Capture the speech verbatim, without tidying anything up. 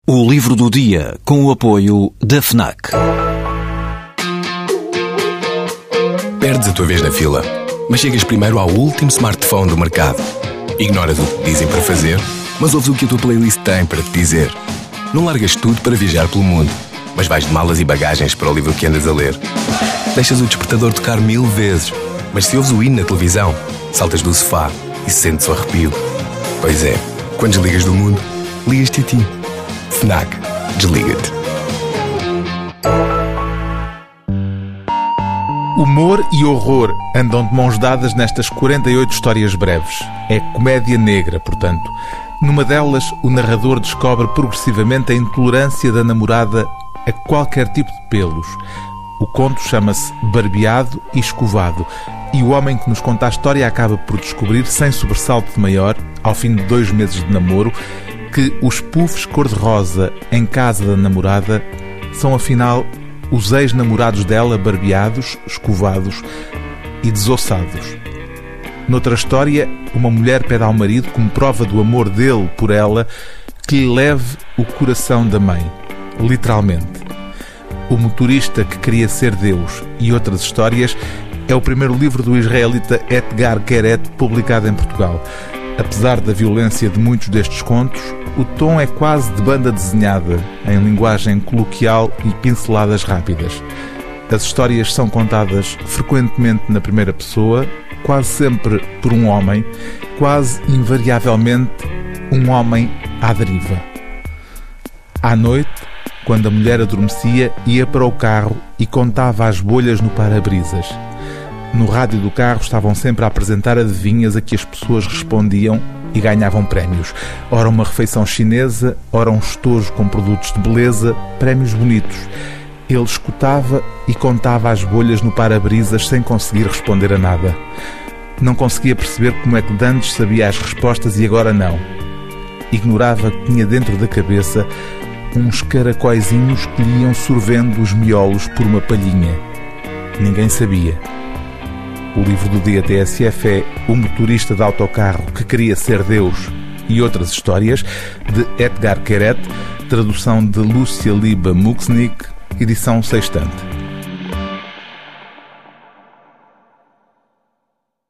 O livro do dia, com o apoio da FNAC. Perdes a tua vez na fila, mas chegas primeiro ao último smartphone do mercado. Ignoras o que te dizem para fazer, mas ouves o que a tua playlist tem para te dizer. Não largas tudo para viajar pelo mundo, mas vais de malas e bagagens para o livro que andas a ler. Deixas o despertador tocar mil vezes, mas se ouves o hino na televisão, saltas do sofá e sentes o arrepio. Pois é, quando desligas do mundo, ligas-te a ti. FNAC. Desliga-te. Humor e horror andam de mãos dadas nestas quarenta e oito histórias breves. É comédia negra, portanto. Numa delas, o narrador descobre progressivamente a intolerância da namorada a qualquer tipo de pelos. O conto chama-se Barbeado e Escovado, e o homem que nos conta a história acaba por descobrir, sem sobressalto de maior, ao fim de dois meses de namoro, que os puffs cor-de-rosa em casa da namorada são, afinal, os ex-namorados dela barbeados, escovados e desossados. Noutra história, uma mulher pede ao marido, como prova do amor dele por ela, que lhe leve o coração da mãe. Literalmente. O motorista que queria ser Deus e outras histórias é o primeiro livro do israelita Etgar Keret publicado em Portugal. Apesar da violência de muitos destes contos, o tom é quase de banda desenhada, em linguagem coloquial e pinceladas rápidas. As histórias são contadas frequentemente na primeira pessoa, quase sempre por um homem, quase invariavelmente um homem à deriva. À noite, quando a mulher adormecia, ia para o carro e contava as bolhas no para-brisas. No rádio do carro estavam sempre a apresentar adivinhas a que as pessoas respondiam e ganhavam prémios. Ora uma refeição chinesa, ora um estojo com produtos de beleza, prémios bonitos. Ele escutava e contava as bolhas no para-brisas sem conseguir responder a nada. Não conseguia perceber como é que de antes sabia as respostas e agora não. Ignorava que tinha dentro da cabeça uns caracóizinhos que lhe iam sorvendo os miolos por uma palhinha. Ninguém sabia. O livro do dia T S F é O Motorista de Autocarro que Queria Ser Deus e Outras Histórias, de Etgar Keret, tradução de Lúcia Liba Muxnik, edição Sextante.